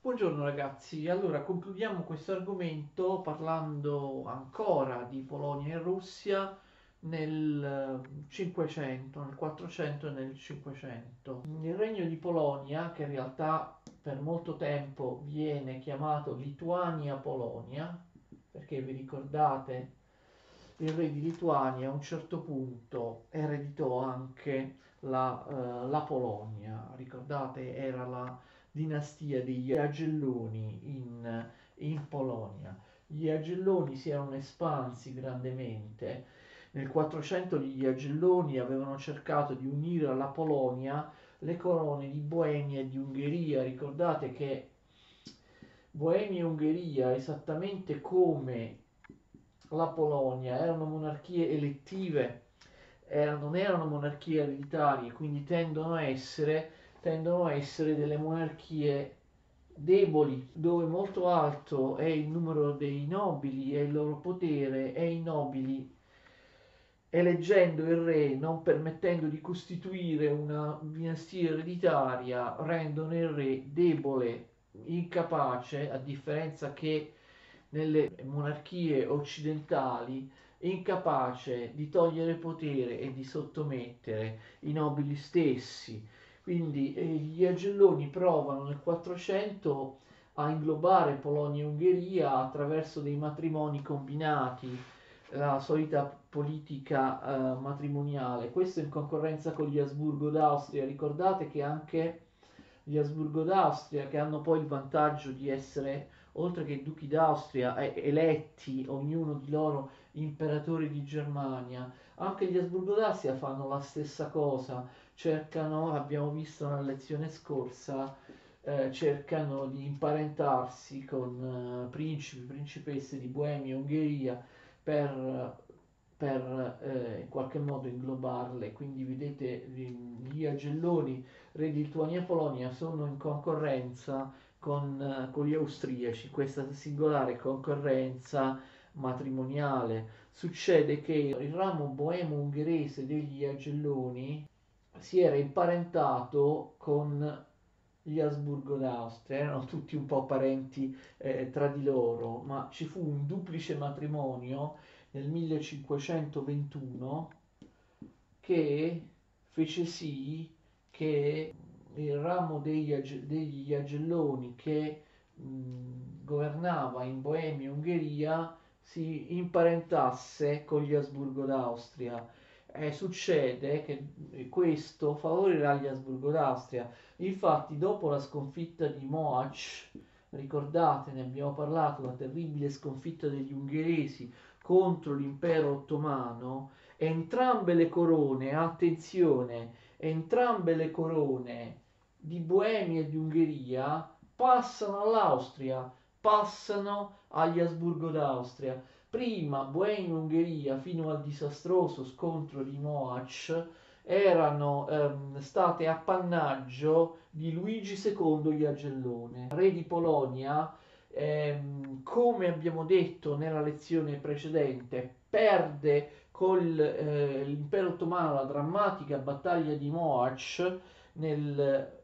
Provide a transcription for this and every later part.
Buongiorno ragazzi, allora concludiamo questo argomento parlando ancora di Polonia e Russia nel 500, nel 400 e nel 500. Il regno di Polonia, che in realtà per molto tempo viene chiamato Lituania-Polonia, perché vi ricordate il re di Lituania a un certo punto ereditò anche la Polonia, ricordate era la dinastia degli Agelloni in Polonia. Gli Agelloni si erano espansi grandemente. Nel 400 gli Agelloni avevano cercato di unire alla Polonia le corone di Boemia e di Ungheria. Ricordate che Boemia e Ungheria, esattamente come la Polonia, erano monarchie elettive, non erano monarchie ereditarie, quindi tendono a essere delle monarchie deboli, dove molto alto è il numero dei nobili e il loro potere, e i nobili, eleggendo il re, non permettendo di costituire una dinastia ereditaria, rendono il re debole, incapace, a differenza che nelle monarchie occidentali, incapace di togliere potere e di sottomettere i nobili stessi. Quindi gli Agelloni provano nel 400 a inglobare Polonia e Ungheria attraverso dei matrimoni combinati, la solita politica matrimoniale. Questo in concorrenza con gli Asburgo d'Austria. Ricordate che anche gli Asburgo d'Austria, che hanno poi il vantaggio di essere, oltre che duchi d'Austria, eletti ognuno di loro imperatore di Germania, anche gli Asburgo d'Austria fanno la stessa cosa, cercano, abbiamo visto nella lezione scorsa, cercano di imparentarsi con principi, principesse di Boemia e Ungheria per, per in qualche modo inglobarle. Quindi vedete gli Agelloni, re di Lituania e Polonia, sono in concorrenza con gli austriaci, questa singolare concorrenza matrimoniale. Succede che il ramo boemo-ungherese degli Agelloni si era imparentato con gli Asburgo d'Austria, erano tutti un po' parenti tra di loro, ma ci fu un duplice matrimonio nel 1521 che fece sì che il ramo degli Agelloni che governava in Boemia e Ungheria si imparentasse con gli Asburgo d'Austria. Succede che questo favorirà gli Asburgo d'Austria. Infatti, dopo la sconfitta di Mohacs, ricordate, ne abbiamo parlato, la terribile sconfitta degli ungheresi contro l'impero ottomano, entrambe le corone, attenzione, entrambe le corone di Boemia e di Ungheria passano all'Austria, passano agli Asburgo d'Austria. Prima Boemia e Ungheria, fino al disastroso scontro di Mohacs, erano state appannaggio di Luigi II Jagellone, re di Polonia. Come abbiamo detto nella lezione precedente, perde con l'impero ottomano la drammatica battaglia di Mohacs nel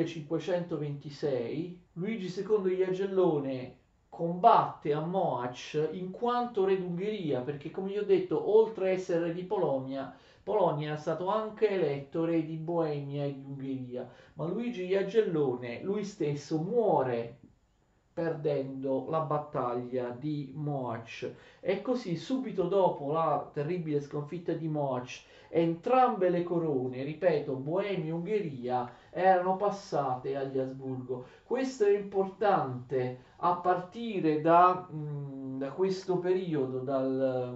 1526. Luigi II Jagellone combatte a Mohacs in quanto re d'Ungheria, perché come vi ho detto, oltre a essere re di Polonia è stato anche eletto re di Boemia e di Ungheria, ma Luigi Jagellone lui stesso muore perdendo la battaglia di Mohacs. E così subito dopo la terribile sconfitta di Mohacs entrambe le corone, ripeto, Boemia e Ungheria, erano passate agli Asburgo. Questo è importante a partire da questo periodo, dal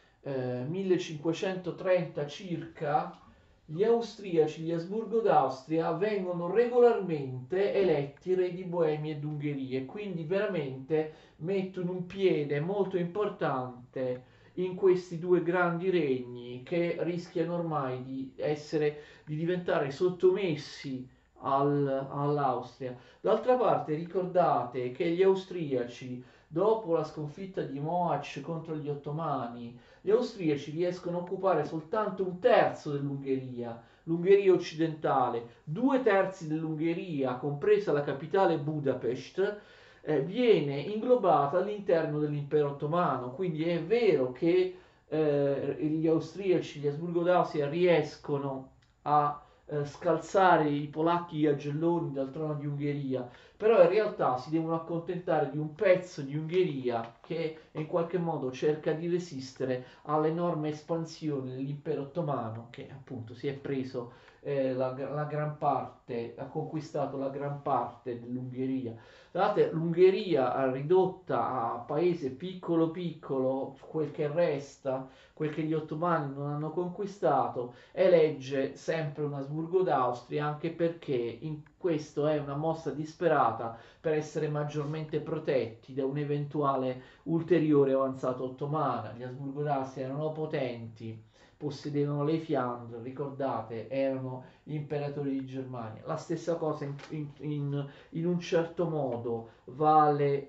1530 circa. Gli austriaci, gli Asburgo d'Austria, vengono regolarmente eletti re di Boemia ed Ungheria e quindi veramente mettono un piede molto importante in questi due grandi regni che rischiano ormai di diventare sottomessi all'Austria. D'altra parte ricordate che gli austriaci, dopo la sconfitta di Mohacs contro gli ottomani, gli austriaci riescono a occupare soltanto un terzo dell'Ungheria, l'Ungheria occidentale, 2/3 dell'Ungheria, compresa la capitale Budapest, viene inglobata all'interno dell'impero ottomano. Quindi è vero che gli austriaci, gli Asburgo d'Austria riescono a scalzare i polacchi agelloni dal trono di Ungheria, però in realtà si devono accontentare di un pezzo di Ungheria che in qualche modo cerca di resistere all'enorme espansione dell'impero ottomano, che appunto si è preso la gran parte, ha conquistato la gran parte dell'Ungheria. Guardate, l'Ungheria ridotta a paese piccolo piccolo, quel che resta, quel che gli ottomani non hanno conquistato, elegge sempre un Asburgo d'Austria, anche perché in questo è una mossa disperata per essere maggiormente protetti da un eventuale ulteriore avanzata ottomana. Gli Asburgo d'Austria erano potenti, possedevano le Fiandre, ricordate, erano gli imperatori di Germania. La stessa cosa in un certo modo vale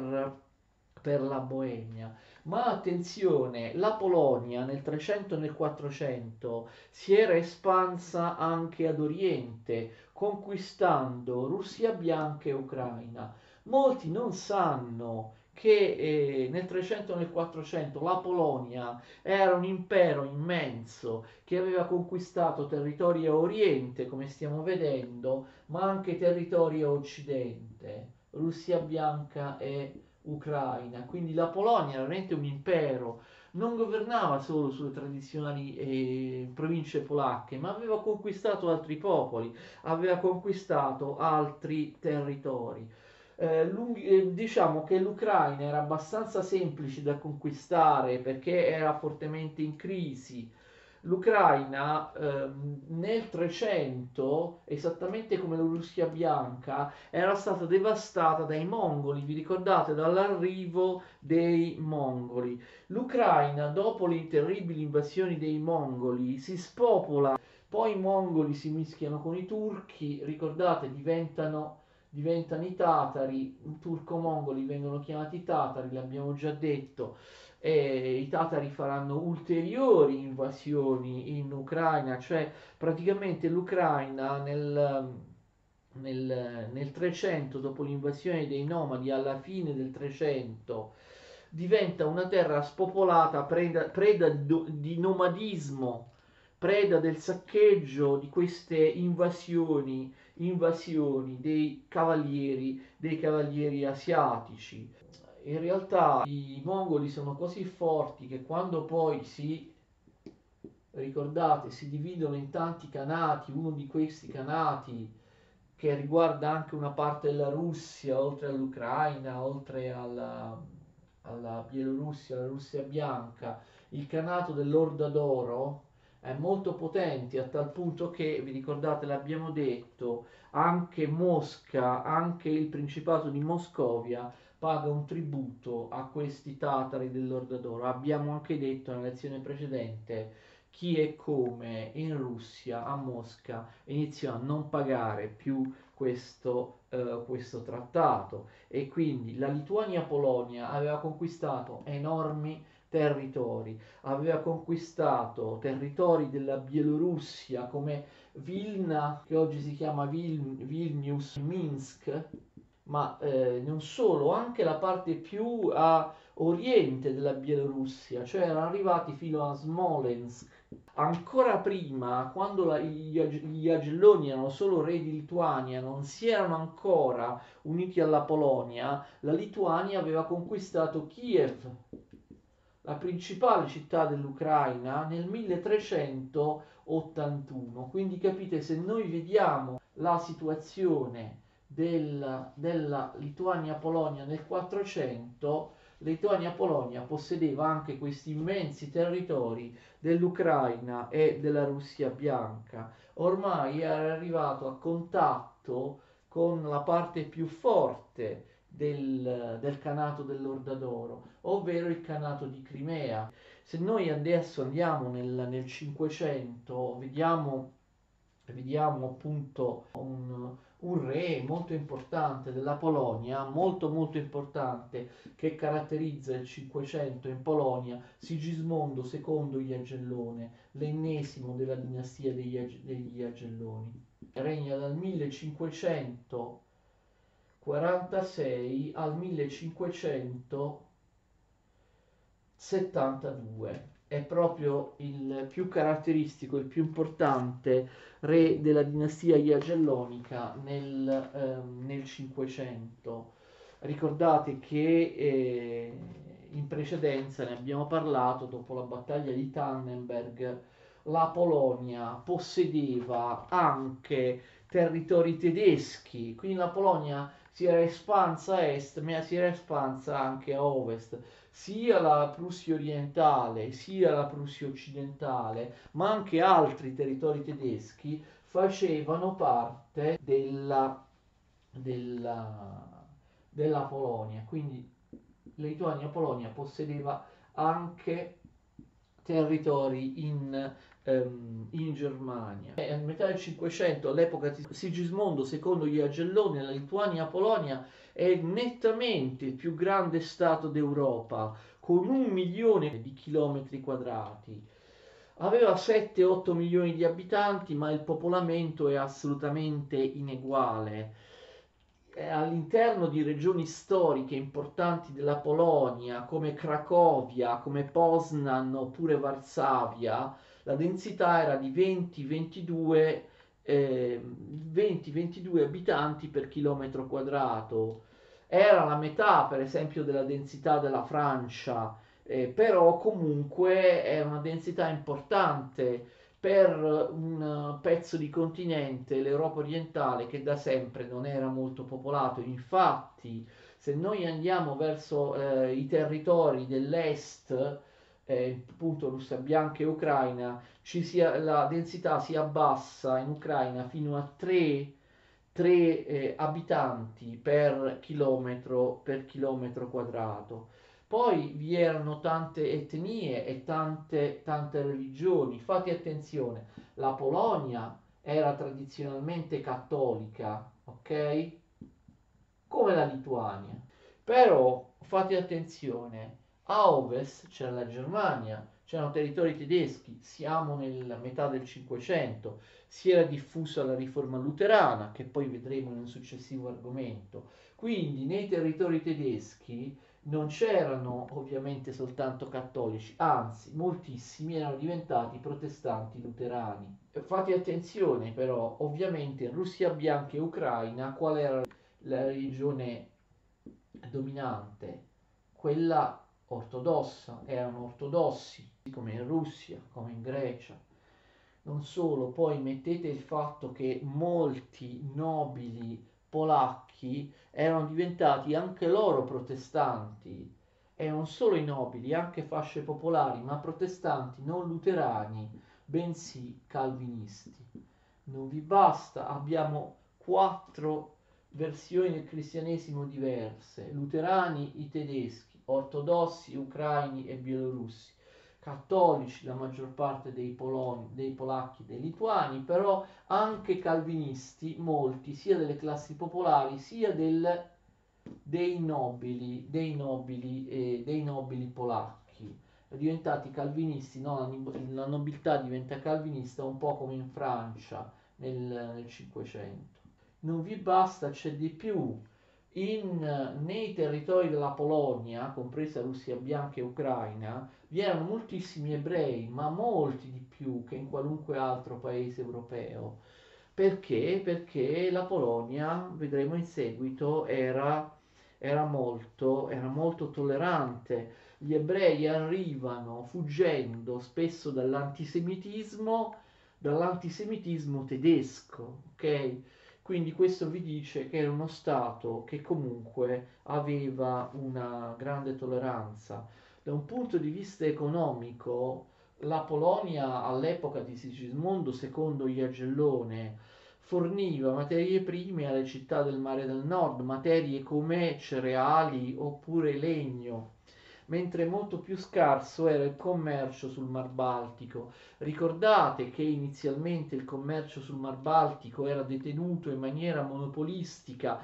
per la Boemia. Ma attenzione, la Polonia nel 300 e nel 400 si era espansa anche ad oriente, conquistando Russia bianca e Ucraina. Molti non sanno che nel 300 e nel 400 la Polonia era un impero immenso che aveva conquistato territori a oriente, come stiamo vedendo, ma anche territori a occidente, Russia bianca e Ucraina. Quindi la Polonia era veramente un impero, non governava solo sulle tradizionali province polacche, ma aveva conquistato altri popoli, aveva conquistato altri territori. Diciamo che l'Ucraina era abbastanza semplice da conquistare perché era fortemente in crisi. L'Ucraina nel 300, esattamente come la Russia bianca, era stata devastata dai mongoli, vi ricordate, dall'arrivo dei mongoli. L'Ucraina, dopo le terribili invasioni dei mongoli, si spopola, poi i mongoli si mischiano con i turchi, ricordate, diventano i tatari, i turco-mongoli vengono chiamati tatari, l'abbiamo già detto, e i tatari faranno ulteriori invasioni in Ucraina, cioè praticamente l'Ucraina nel 300, dopo l'invasione dei nomadi alla fine del 300, diventa una terra spopolata, preda di nomadismo, preda del saccheggio di queste invasioni dei cavalieri asiatici. In realtà i mongoli sono così forti che quando poi ricordate, si dividono in tanti khanati, uno di questi khanati che riguarda anche una parte della Russia, oltre all'Ucraina, alla Bielorussia, alla Russia bianca, il Khanato dell'Orda d'Oro è molto potente a tal punto che, vi ricordate, l'abbiamo detto, anche Mosca, anche il Principato di Moscovia paga un tributo a questi tatari dell'Orda d'Oro. Abbiamo anche detto nella lezione precedente chi e come in Russia, a Mosca, iniziò a non pagare più questo trattato, e quindi la Lituania-Polonia aveva conquistato enormi territori, aveva conquistato territori della Bielorussia come Vilna, che oggi si chiama Vilnius, Minsk, ma non solo, anche la parte più a oriente della Bielorussia, cioè erano arrivati fino a Smolensk. Ancora prima, quando gli Agelloni erano solo re di Lituania, non si erano ancora uniti alla Polonia, la Lituania aveva conquistato Kiev, la principale città dell'Ucraina, nel 1381. Quindi capite, se noi vediamo la situazione della Lituania-Polonia nel 400, Lituania-Polonia possedeva anche questi immensi territori dell'Ucraina e della Russia bianca. Ormai era arrivato a contatto con la parte più forte del Khanato dell'Orda d'Oro, ovvero il Khanato di Crimea. Se noi adesso andiamo nel 500, vediamo appunto un re molto importante della Polonia, molto molto importante, che caratterizza il Cinquecento in Polonia, Sigismondo II Jagellone, l'ennesimo della dinastia degli Jagelloni. Regna dal 1546 al 1572. È proprio il più caratteristico, il più importante re della dinastia jagellonica nel 500. Ricordate che in precedenza ne abbiamo parlato, dopo la battaglia di Tannenberg, la Polonia possedeva anche territori tedeschi, quindi la Polonia si era espansa a est, ma si era espansa anche a ovest. Sia la Prussia orientale, sia la Prussia occidentale, ma anche altri territori tedeschi facevano parte della, della Polonia. Quindi Lituania-Polonia possedeva anche territori in Germania. A metà del Cinquecento, all'epoca di Sigismondo II Jagellone, la Lituania-Polonia è nettamente il più grande stato d'Europa, con 1 milione di chilometri quadrati. Aveva 7-8 milioni di abitanti, ma il popolamento è assolutamente ineguale. All'interno di regioni storiche importanti della Polonia, come Cracovia, come Poznan oppure Varsavia, la densità era di 20-22 abitanti per chilometro quadrato. Era la metà, per esempio, della densità della Francia, però comunque è una densità importante per un pezzo di continente, l'Europa orientale, che da sempre non era molto popolato. Infatti, se noi andiamo verso i territori dell'est, appunto Russia bianca e Ucraina, la densità si abbassa in Ucraina fino a 3 abitanti per chilometro quadrato. Poi vi erano tante etnie e tante religioni. Fate attenzione, la Polonia era tradizionalmente cattolica, ok? Come la Lituania. Però fate attenzione, a ovest c'era la Germania, c'erano territori tedeschi, siamo nella metà del Cinquecento, si era diffusa la riforma luterana, che poi vedremo in un successivo argomento. Quindi nei territori tedeschi non c'erano ovviamente soltanto cattolici, anzi moltissimi erano diventati protestanti luterani. Fate attenzione però, ovviamente in Russia bianca e Ucraina qual era la religione dominante? Quella ortodossa, erano ortodossi, come in Russia, come in Grecia. Non solo, poi mettete il fatto che molti nobili polacchi erano diventati anche loro protestanti, e non solo i nobili, anche fasce popolari, ma protestanti non luterani, bensì calvinisti. Non vi basta, abbiamo 4 versioni del cristianesimo diverse: luterani, i tedeschi, ortodossi, ucraini e bielorussi, cattolici la maggior parte dei polacchi, dei lituani, però anche calvinisti, molti, sia delle classi popolari sia dei nobili polacchi, diventati calvinisti, no? La nobiltà diventa calvinista un po' come in Francia nel 500. Non vi basta, c'è di più. Nei territori della Polonia, compresa Russia bianca e Ucraina, vi erano moltissimi ebrei, ma molti di più che in qualunque altro paese europeo. Perché? Perché la Polonia, vedremo in seguito, era molto tollerante. Gli ebrei arrivano fuggendo spesso dall'antisemitismo tedesco, ok? Quindi questo vi dice che era uno Stato che comunque aveva una grande tolleranza. Da un punto di vista economico, la Polonia all'epoca di Sigismondo II Jagellone forniva materie prime alle città del Mare del Nord, materie come cereali oppure legno. mentre molto più scarso era il commercio sul Mar Baltico. Ricordate che inizialmente il commercio sul Mar Baltico era detenuto in maniera monopolistica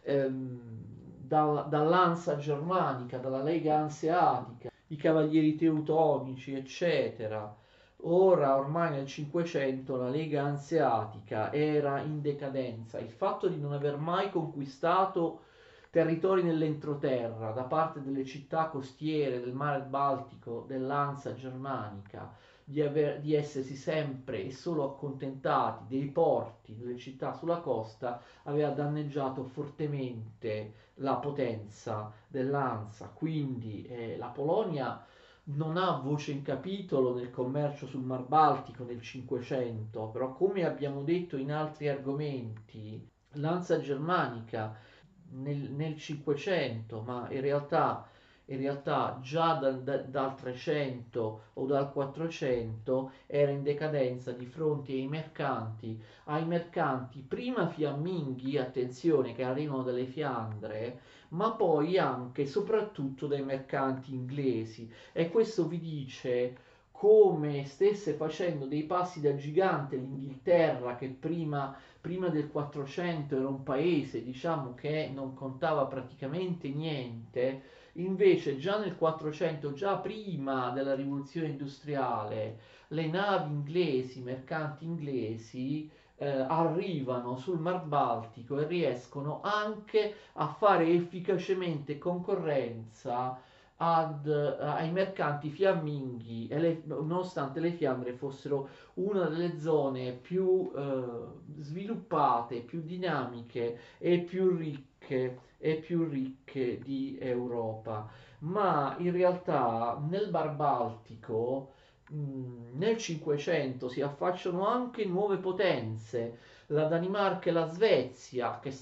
dall'Ansa germanica, dalla Lega Anseatica, i cavalieri teutonici, eccetera. Ora, ormai nel 500, la Lega Anseatica era in decadenza. Il fatto di non aver mai conquistato territori nell'entroterra da parte delle città costiere del mare Baltico, dell'Ansa germanica, di essersi sempre e solo accontentati dei porti, delle città sulla costa, aveva danneggiato fortemente la potenza dell'Ansa. Quindi la Polonia non ha voce in capitolo nel commercio sul Mar Baltico nel 500, però come abbiamo detto in altri argomenti, l'Ansa germanica nel 500, ma in realtà già dal 300 o dal 400 era in decadenza di fronte ai mercanti prima fiamminghi, attenzione, che arrivano dalle Fiandre, ma poi anche e soprattutto dai mercanti inglesi. E questo vi dice come stesse facendo dei passi da gigante l'Inghilterra, che prima del 400 era un paese, diciamo, che non contava praticamente niente. Invece già nel 400, già prima della rivoluzione industriale, le navi inglesi, i mercanti inglesi, arrivano sul Mar Baltico e riescono anche a fare efficacemente concorrenza ai mercanti fiamminghi, nonostante le Fiandre fossero una delle zone più sviluppate, più dinamiche e più ricche di Europa. Ma in realtà nel Mar Baltico nel 500 si affacciano anche nuove potenze, la Danimarca e la Svezia, che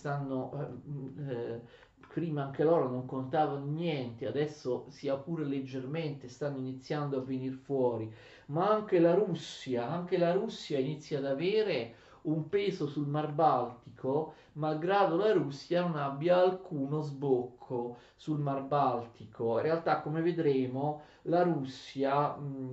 prima anche loro non contavano niente, adesso sia pure leggermente stanno iniziando a venire fuori, ma anche la Russia inizia ad avere un peso sul Mar Baltico, malgrado la Russia non abbia alcuno sbocco sul Mar Baltico. In realtà, come vedremo, la Russia,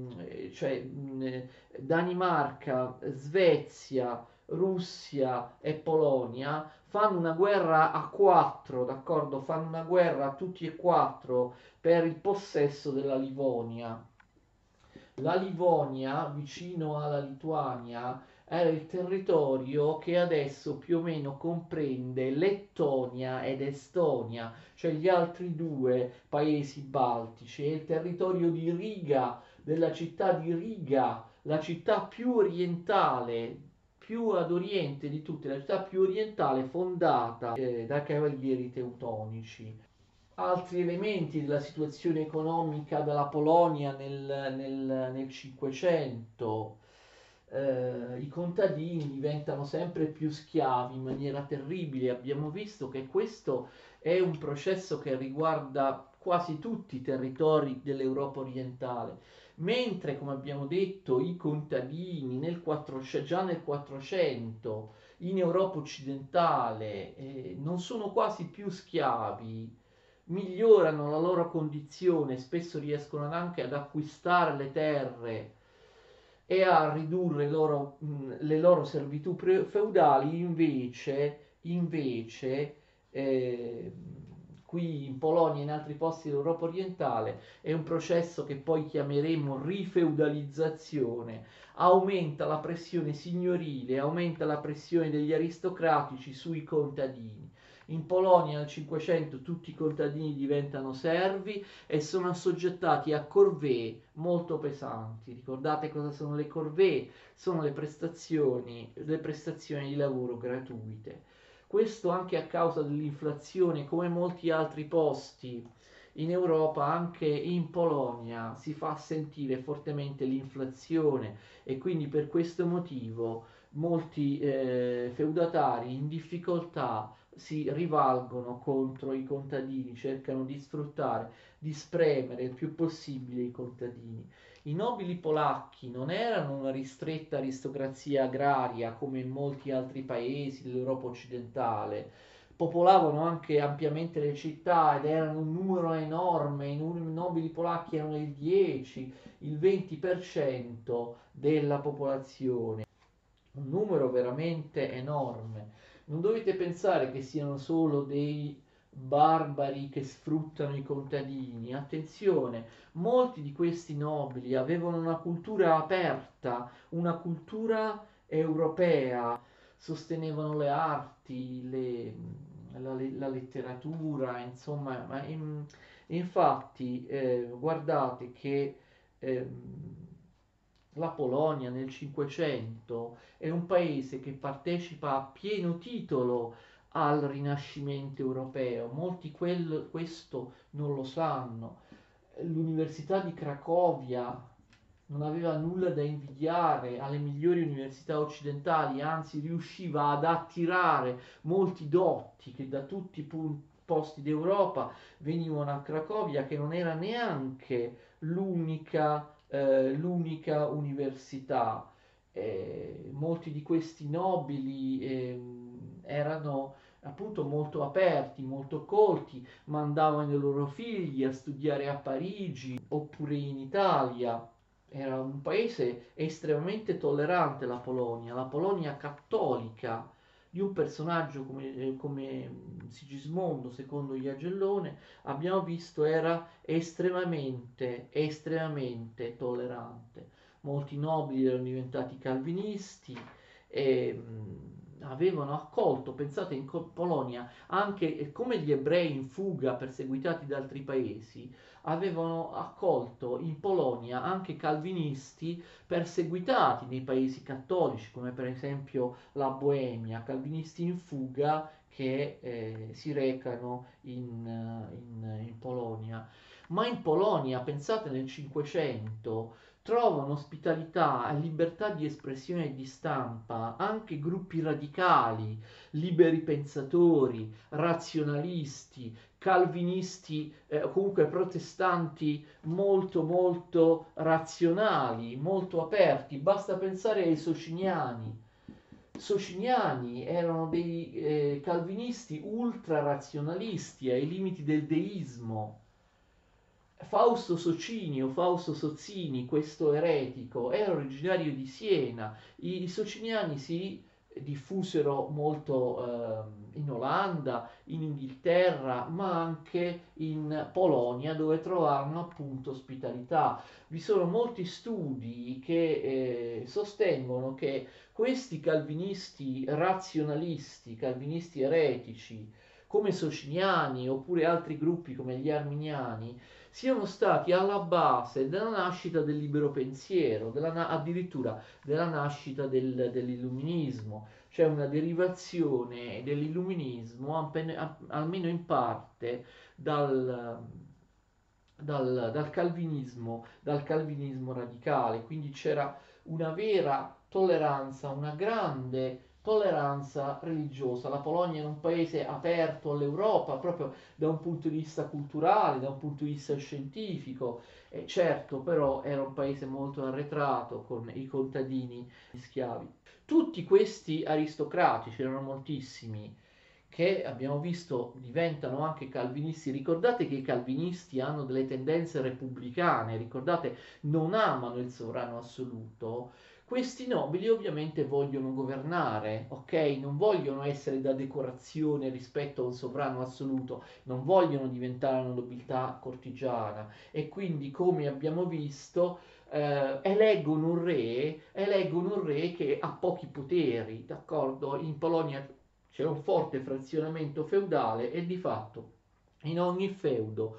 Danimarca, Svezia, Russia e Polonia fanno una guerra a quattro, d'accordo? Fanno una guerra a tutti e quattro per il possesso della Livonia. La Livonia, vicino alla Lituania, era il territorio che adesso più o meno comprende Lettonia ed Estonia, cioè gli altri due paesi baltici. È il territorio di Riga, della città di Riga, la città più orientale, più ad oriente di tutte, la città più orientale fondata da cavalieri teutonici. Altri elementi della situazione economica della Polonia nel 500. I contadini diventano sempre più schiavi in maniera terribile. Abbiamo visto che questo è un processo che riguarda quasi tutti i territori dell'Europa orientale, mentre, come abbiamo detto, i contadini già nel 400 in Europa occidentale non sono quasi più schiavi, migliorano la loro condizione, spesso riescono anche ad acquistare le terre e a ridurre le loro servitù feudali. Invece eh, qui in Polonia e in altri posti dell'Europa orientale è un processo che poi chiameremo rifeudalizzazione. Aumenta la pressione signorile, aumenta la pressione degli aristocratici sui contadini. In Polonia nel 500 tutti i contadini diventano servi e sono assoggettati a corvée molto pesanti. Ricordate cosa sono le corvée? Sono le prestazioni di lavoro gratuite. Questo anche a causa dell'inflazione, come molti altri posti in Europa, anche in Polonia si fa sentire fortemente l'inflazione e quindi per questo motivo molti feudatari in difficoltà si rivalgono contro i contadini, cercano di sfruttare, di spremere il più possibile i contadini. I nobili polacchi non erano una ristretta aristocrazia agraria come in molti altri paesi dell'Europa occidentale, popolavano anche ampiamente le città ed erano un numero enorme, i nobili polacchi erano il 10, il 20% della popolazione, un numero veramente enorme. Non dovete pensare che siano solo dei barbari che sfruttano i contadini. Attenzione, molti di questi nobili avevano una cultura aperta, una cultura europea, sostenevano le arti, la letteratura, insomma, infatti guardate che la Polonia nel 500 è un paese che partecipa a pieno titolo al Rinascimento europeo. Molti questo non lo sanno. L'Università di Cracovia non aveva nulla da invidiare alle migliori università occidentali, anzi riusciva ad attirare molti dotti che da tutti i posti d'Europa venivano a Cracovia, che non era neanche l'unica università. Molti di questi nobili erano appunto molto aperti, molto colti, mandavano i loro figli a studiare a Parigi oppure in Italia. Era un paese estremamente tollerante la Polonia cattolica di un personaggio come Sigismondo, secondo Jagellone, abbiamo visto era estremamente tollerante. Molti nobili erano diventati calvinisti e avevano accolto, pensate in Polonia, anche come gli ebrei in fuga perseguitati da altri paesi, avevano accolto in Polonia anche calvinisti perseguitati nei paesi cattolici, come per esempio la Boemia, calvinisti in fuga che si recano in Polonia. Ma in Polonia, pensate nel 500, trovano ospitalità e libertà di espressione e di stampa anche gruppi radicali, liberi pensatori, razionalisti, calvinisti, comunque protestanti molto razionali, molto aperti. Basta pensare ai sociniani. Sociniani erano dei calvinisti ultra razionalisti ai limiti del deismo. Fausto Socini o Fausto Sozzini, questo eretico, era originario di Siena. I sociniani si diffusero molto in Olanda, in Inghilterra, ma anche in Polonia, dove trovarono appunto ospitalità. Vi sono molti studi che sostengono che questi calvinisti razionalisti, calvinisti eretici, come Sociniani oppure altri gruppi come gli Arminiani, siano stati alla base della nascita del libero pensiero, addirittura della nascita dell'illuminismo, cioè una derivazione dell'illuminismo almeno in parte dal calvinismo radicale, quindi c'era una vera tolleranza, una grande tolleranza religiosa. La Polonia è un paese aperto all'Europa proprio da un punto di vista culturale, da un punto di vista scientifico, e certo però era un paese molto arretrato con i contadini schiavi. Tutti questi aristocratici, erano moltissimi, che abbiamo visto diventano anche calvinisti. Ricordate che i calvinisti hanno delle tendenze repubblicane, ricordate, non amano il sovrano assoluto. Questi nobili ovviamente vogliono governare, ok? Non vogliono essere da decorazione rispetto a un sovrano assoluto, non vogliono diventare una nobiltà cortigiana e quindi, come abbiamo visto, eleggono un re che ha pochi poteri, d'accordo? In Polonia c'è un forte frazionamento feudale e di fatto in ogni feudo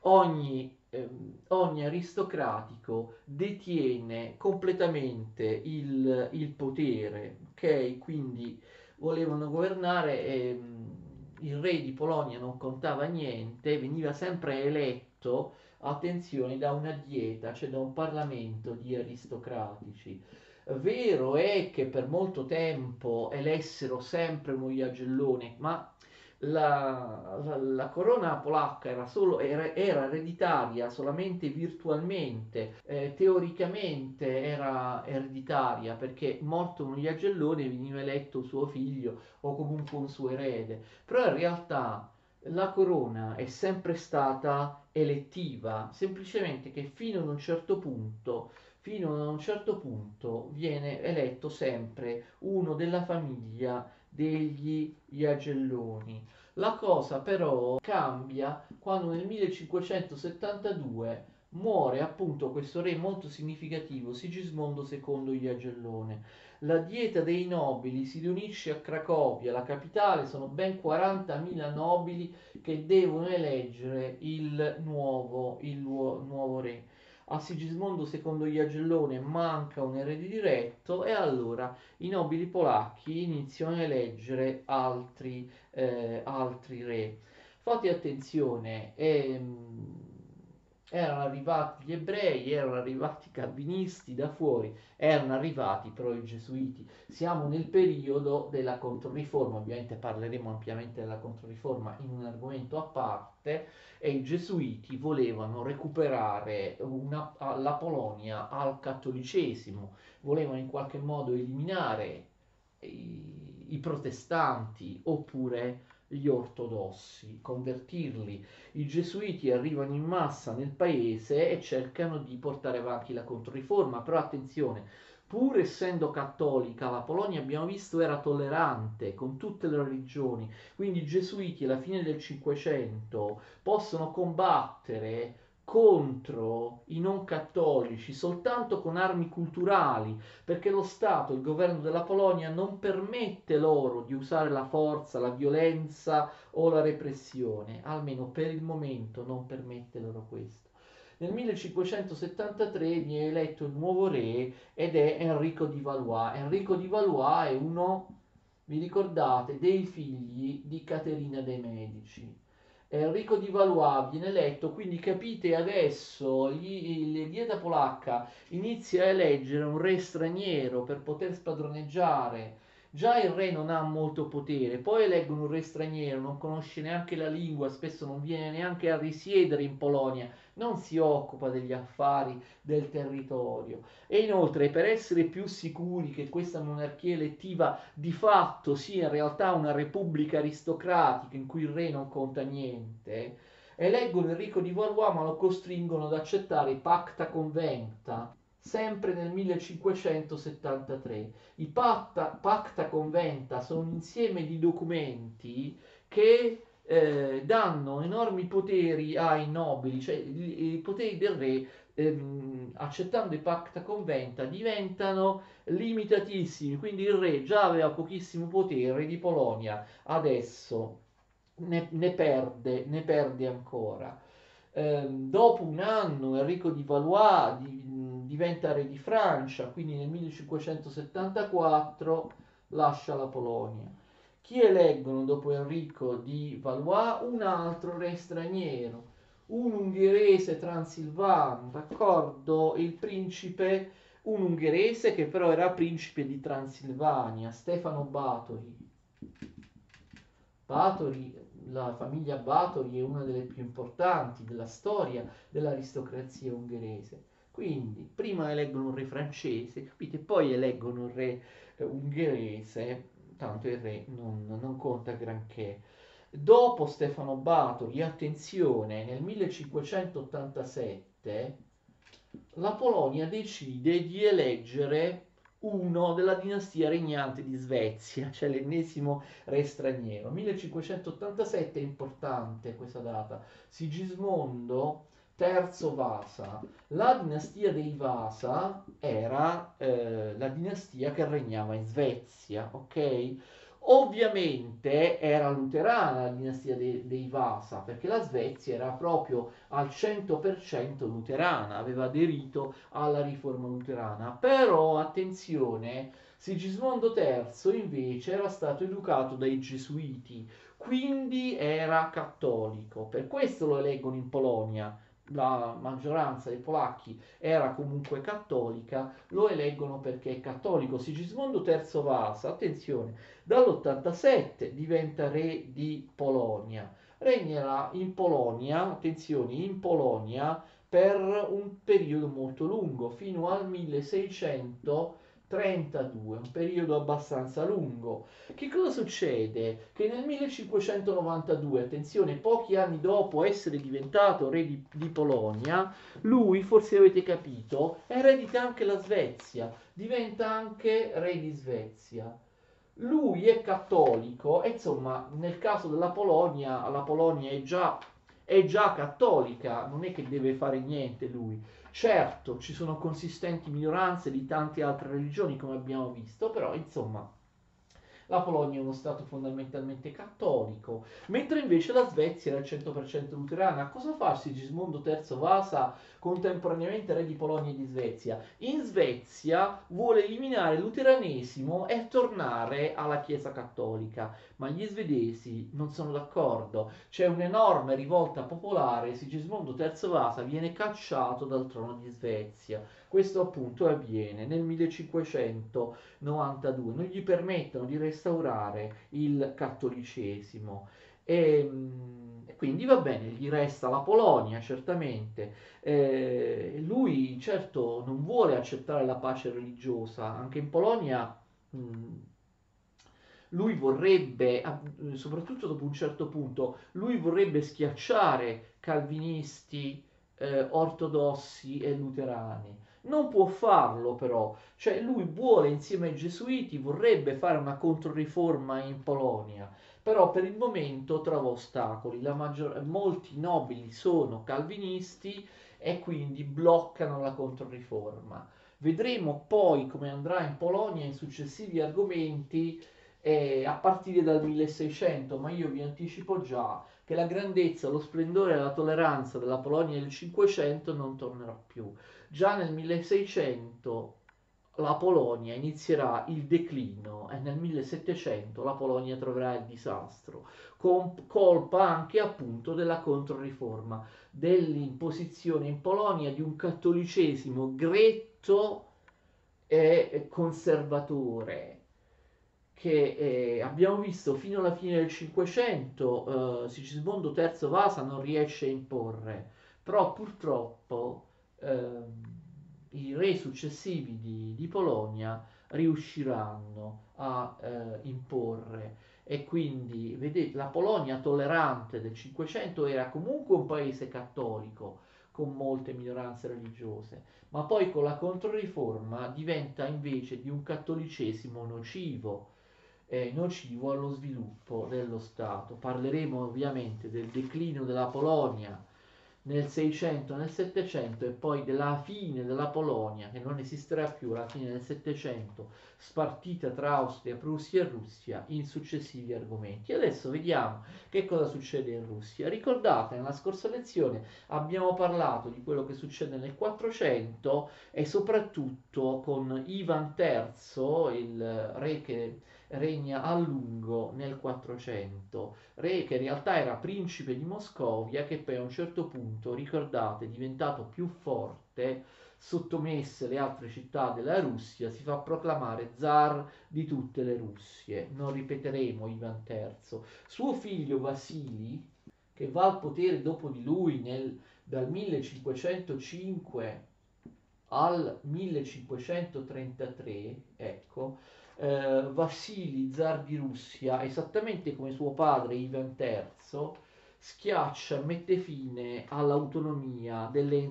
ogni aristocratico detiene completamente il potere, ok? Quindi volevano governare, il re di Polonia non contava niente, veniva sempre eletto, attenzione, da una dieta, cioè da un parlamento di aristocratici. Vero è che per molto tempo elessero sempre uno Jagellone, ma la corona polacca era ereditaria solamente virtualmente, teoricamente era ereditaria perché morto un Jagellone veniva eletto suo figlio o comunque un suo erede, però in realtà la corona è sempre stata elettiva, semplicemente che fino a un certo punto viene eletto sempre uno della famiglia degli Jagelloni. La cosa però cambia quando nel 1572 muore appunto questo re molto significativo, Sigismondo II Jagellone. La dieta dei nobili si riunisce a Cracovia, la capitale, sono ben 40.000 nobili che devono eleggere il nuovo re. A Sigismondo II Jagellone manca un erede diretto e allora i nobili polacchi iniziano a eleggere altri re. Fate attenzione, erano arrivati gli ebrei, erano arrivati i calvinisti da fuori, erano arrivati però i gesuiti. Siamo nel periodo della Controriforma, ovviamente parleremo ampiamente della Controriforma in un argomento a parte, e i gesuiti volevano recuperare la Polonia al cattolicesimo, volevano in qualche modo eliminare i protestanti oppure gli ortodossi, convertirli. I gesuiti arrivano in massa nel paese e cercano di portare avanti la Controriforma, però attenzione, pur essendo cattolica, la Polonia abbiamo visto era tollerante con tutte le religioni, quindi i gesuiti alla fine del Cinquecento possono combattere contro i non cattolici soltanto con armi culturali, perché lo Stato, il governo della Polonia non permette loro di usare la forza, la violenza o la repressione, almeno per il momento non permette loro questo. Nel 1573 viene eletto il nuovo re ed è Enrico di Valois. Enrico di Valois è uno, vi ricordate, dei figli di Caterina de' Medici. Enrico di Valois viene eletto, quindi capite adesso, la dieta polacca inizia a eleggere un re straniero per poter spadroneggiare. Già il re non ha molto potere, poi eleggono un re straniero, non conosce neanche la lingua, spesso non viene neanche a risiedere in Polonia, non si occupa degli affari del territorio. E inoltre, per essere più sicuri che questa monarchia elettiva di fatto sia in realtà una repubblica aristocratica in cui il re non conta niente, eleggono Enrico di Valois ma lo costringono ad accettare Pacta Conventa, sempre nel 1573. Pacta Conventa sono un insieme di documenti che danno enormi poteri ai nobili, cioè i poteri del re, accettando i Pacta Conventa, diventano limitatissimi, quindi il re già aveva pochissimo potere, il re di Polonia adesso ne perde ancora. Dopo un anno Enrico di Valois diventa re di Francia, quindi nel 1574 lascia la Polonia. Chi eleggono dopo Enrico di Valois? Un altro re straniero, un ungherese transilvano, d'accordo? Il principe, un ungherese che però era principe di Transilvania, Stefano Báthory. Báthory, la famiglia Báthory è una delle più importanti della storia dell'aristocrazia ungherese. Quindi prima eleggono un re francese, capite? Poi eleggono un re ungherese, tanto il re non conta granché. Dopo Stefano Báthory, attenzione, nel 1587 la Polonia decide di eleggere uno della dinastia regnante di Svezia, cioè l'ennesimo re straniero. 1587 è importante questa data. Sigismondo III Vasa. La dinastia dei Vasa era la dinastia che regnava in Svezia, ok? Ovviamente era luterana la dinastia dei Vasa, perché la Svezia era proprio al 100% luterana, aveva aderito alla riforma luterana. Però attenzione, Sigismondo III invece era stato educato dai gesuiti, quindi era cattolico. Per questo lo eleggono in Polonia, la maggioranza dei polacchi era comunque cattolica, lo eleggono perché è cattolico. Sigismondo III Vasa, attenzione, dall'87 diventa re di Polonia. Regnerà in Polonia, attenzione, in Polonia per un periodo molto lungo, fino al 1632, un periodo abbastanza lungo. Che cosa succede? Che nel 1592, attenzione, pochi anni dopo essere diventato re di Polonia, lui, forse avete capito, eredita anche la Svezia, diventa anche re di Svezia. Lui è cattolico e insomma nel caso della Polonia, la Polonia è già cattolica, non è che deve fare niente lui. Certo, ci sono consistenti minoranze di tante altre religioni come abbiamo visto, però insomma la Polonia è uno stato fondamentalmente cattolico, mentre invece la Svezia era al 100% luterana. Cosa fa Sigismondo III Vasa, contemporaneamente re di Polonia e di Svezia? In Svezia vuole eliminare il luteranesimo e tornare alla Chiesa cattolica, ma gli svedesi non sono d'accordo. C'è un'enorme rivolta popolare, Sigismondo III Vasa viene cacciato dal trono di Svezia. Questo appunto avviene nel 1592, non gli permettono di restaurare il cattolicesimo. E quindi va bene, gli resta la Polonia, certamente. Lui certo non vuole accettare la pace religiosa, anche in Polonia mh, lui vorrebbe, soprattutto dopo un certo punto, lui vorrebbe schiacciare calvinisti, ortodossi e luterani. Non può farlo però, cioè lui vuole insieme ai gesuiti, vorrebbe fare una controriforma in Polonia, però per il momento trova ostacoli, molti nobili sono calvinisti e quindi bloccano la controriforma. Vedremo poi come andrà in Polonia in successivi argomenti a partire dal 1600, ma io vi anticipo già che la grandezza, lo splendore e la tolleranza della Polonia del 500 non tornerà più. Già nel 1600 la Polonia inizierà il declino e nel 1700 la Polonia troverà il disastro, con colpa anche appunto della controriforma, dell'imposizione in Polonia di un cattolicesimo gretto e conservatore che abbiamo visto fino alla fine del 500 Sigismondo III Vasa non riesce a imporre, però purtroppo i re successivi di Polonia riusciranno a imporre e quindi vedete la Polonia tollerante del 500 era comunque un paese cattolico con molte minoranze religiose, ma poi con la Controriforma diventa invece di un cattolicesimo nocivo, nocivo allo sviluppo dello Stato. Parleremo ovviamente del declino della Polonia nel 600, nel 700 e poi della fine della Polonia, che non esisterà più alla fine del 700, spartita tra Austria, Prussia e Russia in successivi argomenti. Adesso vediamo che cosa succede in Russia. Ricordate, nella scorsa lezione abbiamo parlato di quello che succede nel 400 e soprattutto con Ivan III, il re che regna a lungo nel 400, re che in realtà era principe di Moscovia, che poi a un certo punto, ricordate, è diventato più forte, sottomesse le altre città della Russia, si fa proclamare zar di tutte le Russie. Non ripeteremo Ivan III. Suo figlio Vasili, che va al potere dopo di lui dal 1505 al 1533, ecco, Vassili, zar di Russia, esattamente come suo padre Ivan III, schiaccia e mette fine all'autonomia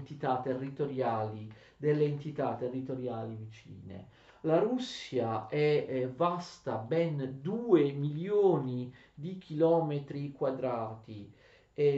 delle entità territoriali vicine. La Russia è vasta ben 2 milioni di chilometri quadrati e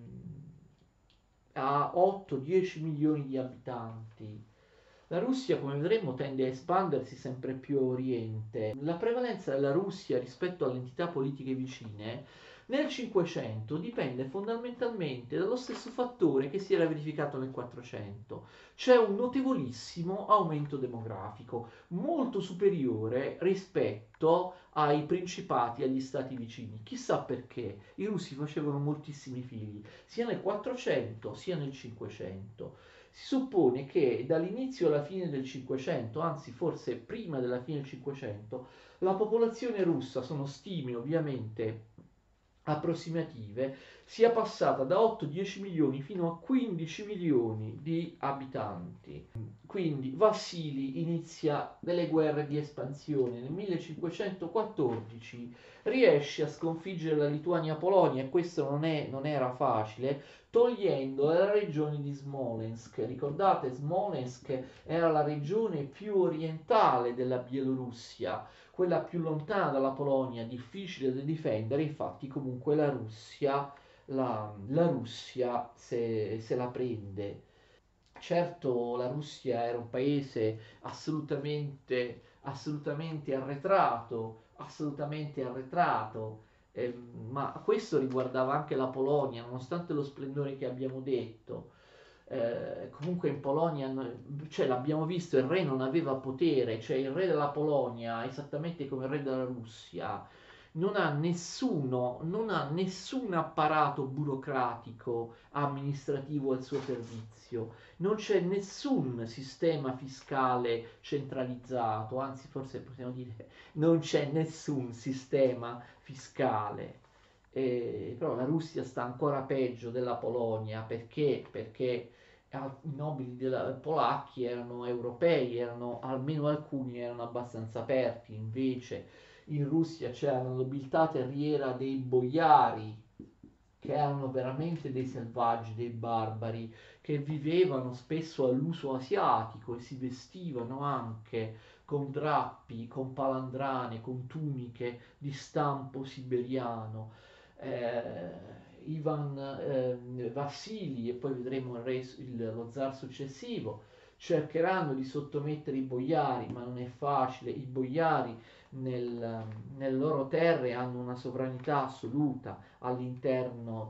ha 8-10 milioni di abitanti. La Russia, come vedremo, tende a espandersi sempre più a oriente. La prevalenza della Russia rispetto alle entità politiche vicine Nel 500 dipende fondamentalmente dallo stesso fattore che si era verificato nel 400. C'è un notevolissimo aumento demografico, molto superiore rispetto ai principati e agli stati vicini. Chissà perché i russi facevano moltissimi figli, sia nel 400 sia nel 500. Si suppone che dall'inizio alla fine del 500, anzi forse prima della fine del 500, la popolazione russa, sono stime ovviamente approssimative, sia passata da 8-10 milioni fino a 15 milioni di abitanti. Quindi Vassili inizia delle guerre di espansione. Nel 1514 riesce a sconfiggere la Lituania-Polonia, e questo non era facile, togliendo la regione di Smolensk. Ricordate, Smolensk era la regione più orientale della Bielorussia, quella più lontana dalla Polonia, difficile da difendere. Infatti comunque la Russia se la prende. Certo, la Russia era un paese assolutamente arretrato, ma questo riguardava anche la Polonia, nonostante lo splendore che abbiamo detto. Comunque in Polonia, cioè, l'abbiamo visto, il re non aveva potere, cioè il re della Polonia, esattamente come il re della Russia, non ha nessun apparato burocratico amministrativo al suo servizio, non c'è nessun sistema fiscale centralizzato, anzi forse possiamo dire non c'è nessun sistema fiscale. Però la Russia sta ancora peggio della Polonia, perché i nobili polacchi erano europei, almeno alcuni erano abbastanza aperti. Invece in Russia c'era la nobiltà terriera dei boiari, che erano veramente dei selvaggi, dei barbari, che vivevano spesso all'uso asiatico e si vestivano anche con drappi, con palandrane, con tuniche di stampo siberiano. Ivan Vassili, e poi vedremo lo zar successivo, cercheranno di sottomettere i boiari, ma non è facile. I boiari nelle loro terre hanno una sovranità assoluta all'interno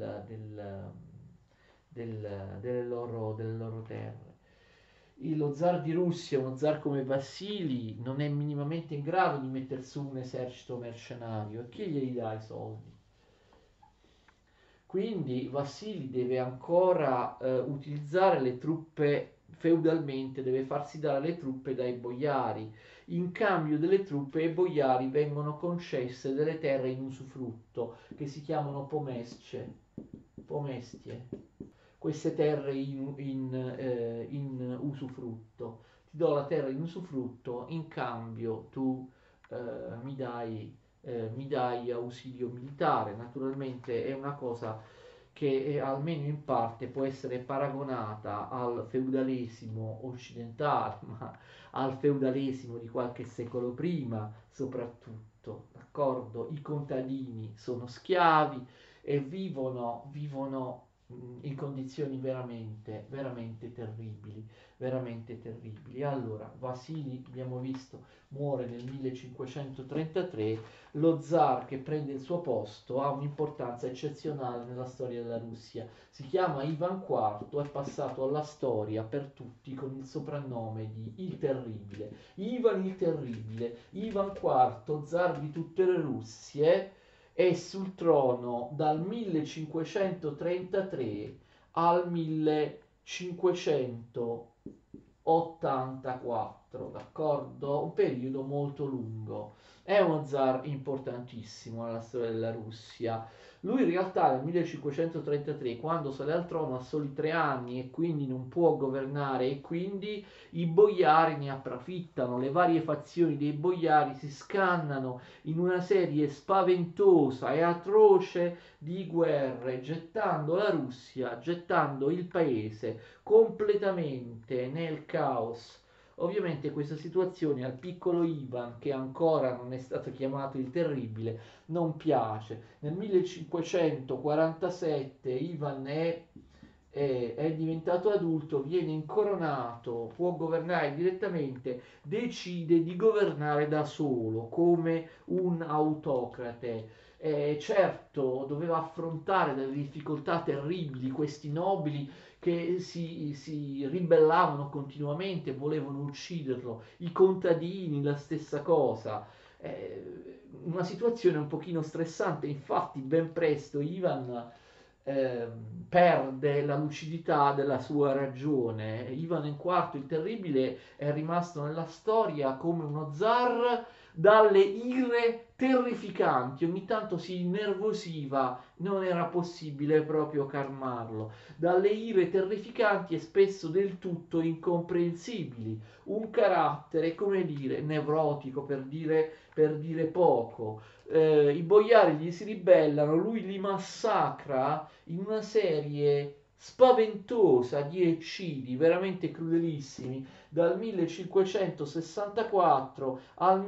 delle loro terre. Lo zar di Russia, uno zar come Vassili, non è minimamente in grado di mettere su un esercito mercenario, e chi gli dà i soldi? Quindi Vassili deve ancora utilizzare le truppe feudalmente, deve farsi dare le truppe dai boiari. In cambio delle truppe ai boiari vengono concesse delle terre in usufrutto che si chiamano pomestie. Queste terre in usufrutto. Ti do la terra in usufrutto, in cambio tu eh, mi dai mi dai ausilio militare. Naturalmente è una cosa che almeno in parte può essere paragonata al feudalesimo occidentale, ma al feudalesimo di qualche secolo prima soprattutto, d'accordo? I contadini sono schiavi e vivono in condizioni veramente terribili, veramente terribili. Allora, Vasili, abbiamo visto, muore nel 1533. Lo zar che prende il suo posto ha un'importanza eccezionale nella storia della Russia. Si chiama Ivan IV, è passato alla storia per tutti con il soprannome di Il Terribile. Ivan il Terribile, Ivan IV, zar di tutte le Russie, è sul trono dal 1533 al 1584, d'accordo? Un periodo molto lungo. È uno zar importantissimo nella storia della Russia. Lui in realtà nel 1533, quando sale al trono, ha soli 3 anni e quindi non può governare, e quindi i boiari ne approfittano, le varie fazioni dei boiari si scannano in una serie spaventosa e atroce di guerre, gettando la Russia, gettando il paese completamente nel caos. Ovviamente questa situazione al piccolo Ivan, che ancora non è stato chiamato il Terribile, non piace. Nel 1547 Ivan è diventato adulto, viene incoronato, può governare direttamente, decide di governare da solo come un autocrate. Certo, doveva affrontare delle difficoltà terribili, questi nobili che si ribellavano continuamente, volevano ucciderlo, i contadini, la stessa cosa. Una situazione un pochino stressante, infatti ben presto Ivan perde la lucidità della sua ragione. Ivan IV il Terribile è rimasto nella storia come uno zar dalle ire terrificanti, ogni tanto si innervosiva, non era possibile proprio calmarlo, dalle ire terrificanti e spesso del tutto incomprensibili, un carattere, come dire, nevrotico per dire poco. I boiari gli si ribellano, lui li massacra in una serie spaventosa di eccidi veramente crudelissimi dal 1564 al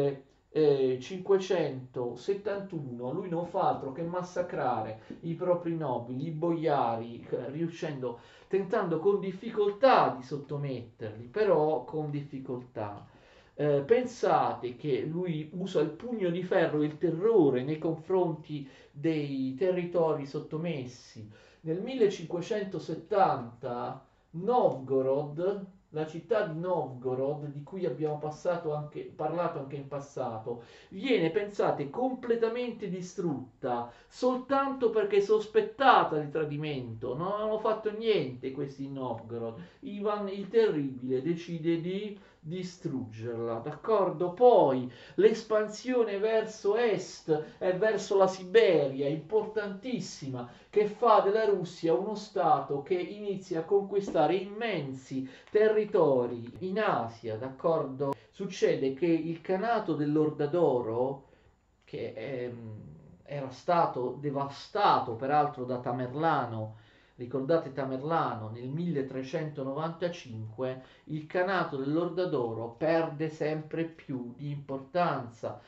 1571. Lui non fa altro che massacrare i propri nobili, i boiari, tentando con difficoltà di sottometterli, però con difficoltà. Pensate che lui usa il pugno di ferro e il terrore nei confronti dei territori sottomessi. Nel 1570 Novgorod, la città di Novgorod, di cui abbiamo parlato anche in passato, viene, pensate, completamente distrutta soltanto perché sospettata di tradimento. Non hanno fatto niente questi Novgorod. Ivan il Terribile decide di distruggerla, d'accordo? Poi l'espansione verso est e verso la Siberia, importantissima, che fa della Russia uno stato che inizia a conquistare immensi territori in Asia, d'accordo? Succede che il Kanato dell'Ordadoro, che era stato devastato peraltro da Tamerlano, ricordate Tamerlano nel 1395, il Kanato dell'Ordadoro perde sempre più di importanza,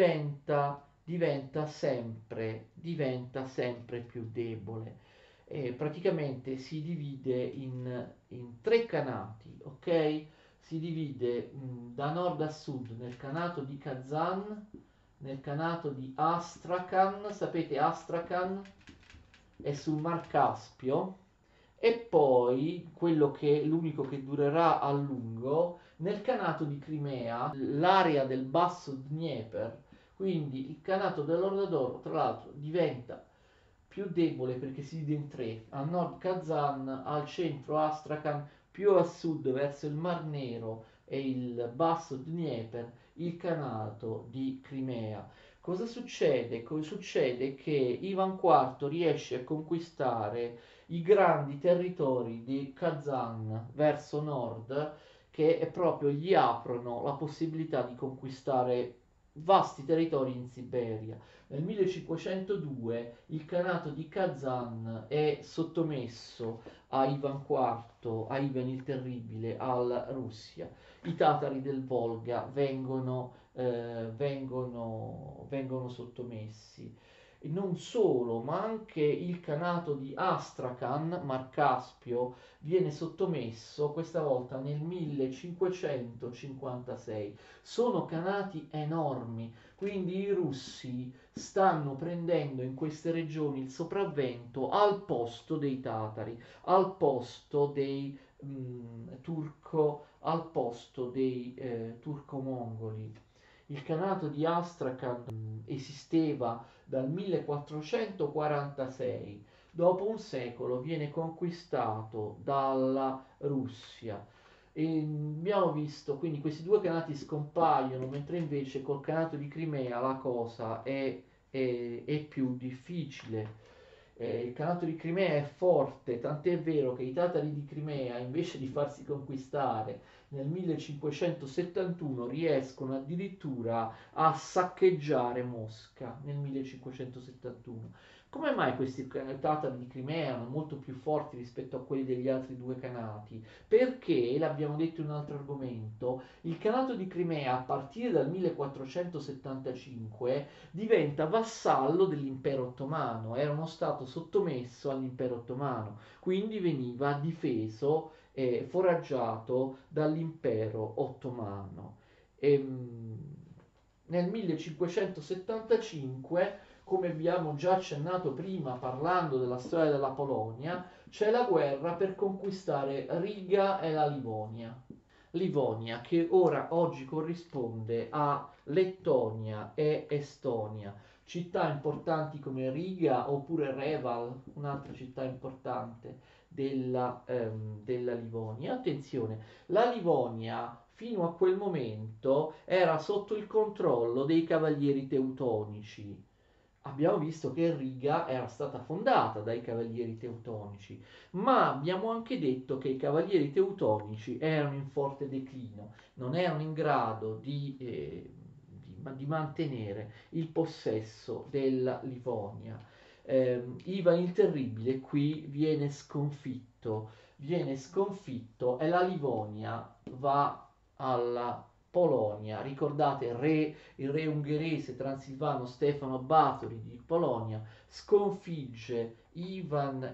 diventa sempre più debole. E praticamente si divide in tre canati, ok? Si divide da nord a sud nel Kanato di Kazan, nel Kanato di Astrakhan, sapete Astrakhan è sul Mar Caspio, e poi quello che l'unico che durerà a lungo nel Kanato di Crimea, l'area del basso Dnieper, quindi il Kanato dell'Ordadoro tra l'altro diventa più debole perché si divide in tre, a nord Kazan, al centro Astrakhan, più a sud verso il Mar Nero e il basso Dnieper, il Kanato di Crimea. Cosa succede? Succede che Ivan IV riesce a conquistare i grandi territori di Kazan verso nord che proprio gli aprono la possibilità di conquistare vasti territori in Siberia. Nel 1502 il Kanato di Kazan è sottomesso a Ivan IV, a Ivan il Terribile, alla Russia. I tatari del Volga vengono sottomessi. E non solo, ma anche il Kanato di Astrakhan, Mar Caspio, viene sottomesso questa volta nel 1556. Sono canati enormi, quindi i russi stanno prendendo in queste regioni il sopravvento al posto dei tatari, al posto dei turco-mongoli. Il Kanato di Astrakhan esisteva dal 1446, dopo un secolo viene conquistato dalla Russia. E abbiamo visto quindi questi due canati scompaiono, mentre invece col Kanato di Crimea la cosa è più difficile. Il Kanato di Crimea è forte, tant'è vero che i tatari di Crimea, invece di farsi conquistare nel 1571, riescono addirittura a saccheggiare Mosca nel 1571. Come mai questi tatari di Crimea erano molto più forti rispetto a quelli degli altri due canati? Perché, l'abbiamo detto in un altro argomento, il Kanato di Crimea a partire dal 1475 diventa vassallo dell'impero ottomano, era uno stato sottomesso all'impero ottomano, quindi veniva difeso e foraggiato dall'impero ottomano. Nel 1575 come abbiamo già accennato prima parlando della storia della Polonia, c'è la guerra per conquistare Riga e la Livonia. Livonia che oggi corrisponde a Lettonia e Estonia, città importanti come Riga oppure Reval, un'altra città importante della Livonia. Attenzione, la Livonia fino a quel momento era sotto il controllo dei cavalieri teutonici. Abbiamo visto che Riga era stata fondata dai cavalieri teutonici, ma abbiamo anche detto che i cavalieri teutonici erano in forte declino, non erano in grado di mantenere il possesso della Livonia. Ivan il Terribile qui viene sconfitto e la Livonia va alla Polonia. Ricordate il re ungherese transilvano Stefano Batory di Polonia sconfigge Ivan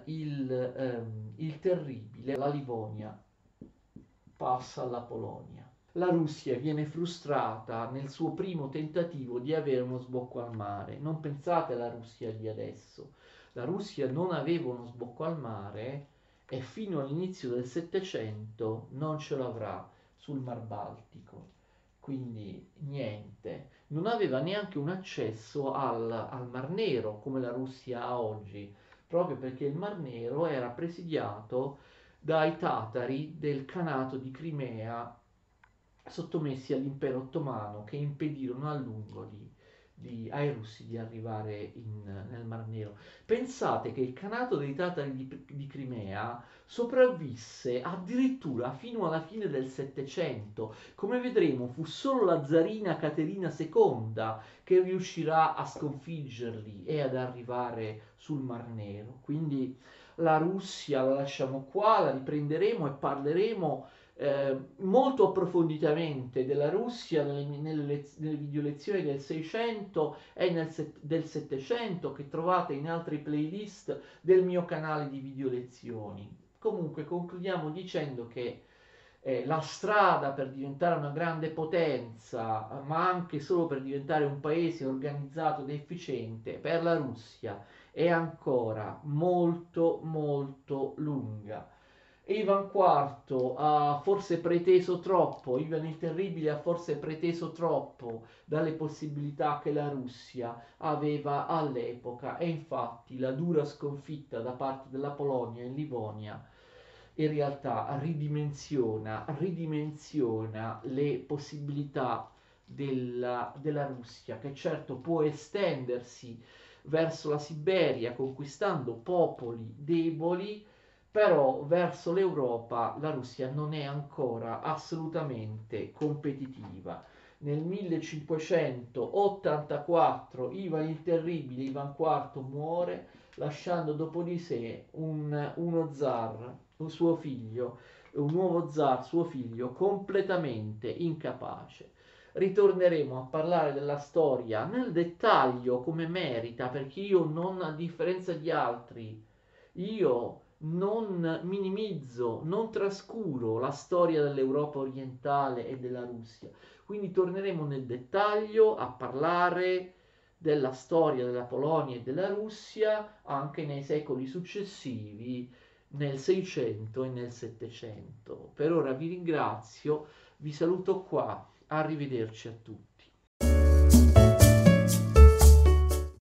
il Terribile, la Livonia passa alla Polonia. La Russia viene frustrata nel suo primo tentativo di avere uno sbocco al mare. Non pensate alla Russia di adesso. La Russia non aveva uno sbocco al mare e fino all'inizio del Settecento non ce l'avrà sul Mar Baltico. Quindi niente. Non aveva neanche un accesso al Mar Nero come la Russia ha oggi, proprio perché il Mar Nero era presidiato dai tatari del Khanato di Crimea sottomessi all'impero ottomano che impedirono a lungo ai russi di arrivare nel Mar Nero. Pensate che il Khanato dei tatari di Crimea sopravvisse addirittura fino alla fine del Settecento. Come vedremo, fu solo la zarina Caterina II che riuscirà a sconfiggerli e ad arrivare sul Mar Nero. Quindi la Russia la lasciamo qua, la riprenderemo e parleremo molto approfonditamente della Russia nelle video lezioni del 600 e del 700 che trovate in altre playlist del mio canale di video lezioni. Comunque concludiamo dicendo che la strada per diventare una grande potenza, ma anche solo per diventare un paese organizzato ed efficiente per la Russia è ancora molto molto lunga. Ivan IV ha forse preteso troppo, Ivan il Terribile ha forse preteso troppo dalle possibilità che la Russia aveva all'epoca e infatti la dura sconfitta da parte della Polonia in Livonia in realtà ridimensiona le possibilità della Russia, che certo può estendersi verso la Siberia conquistando popoli deboli, però verso l'Europa la Russia non è ancora assolutamente competitiva. Nel 1584 Ivan il Terribile, Ivan IV, muore lasciando dopo di sé uno zar, un nuovo zar, suo figlio, completamente incapace. Ritorneremo a parlare della storia nel dettaglio come merita, perché io non, a differenza di altri, io non minimizzo, non trascuro la storia dell'Europa orientale e della Russia. Quindi torneremo nel dettaglio a parlare della storia della Polonia e della Russia anche nei secoli successivi, nel 600 e nel 700. Per ora vi ringrazio, vi saluto qua, arrivederci a tutti.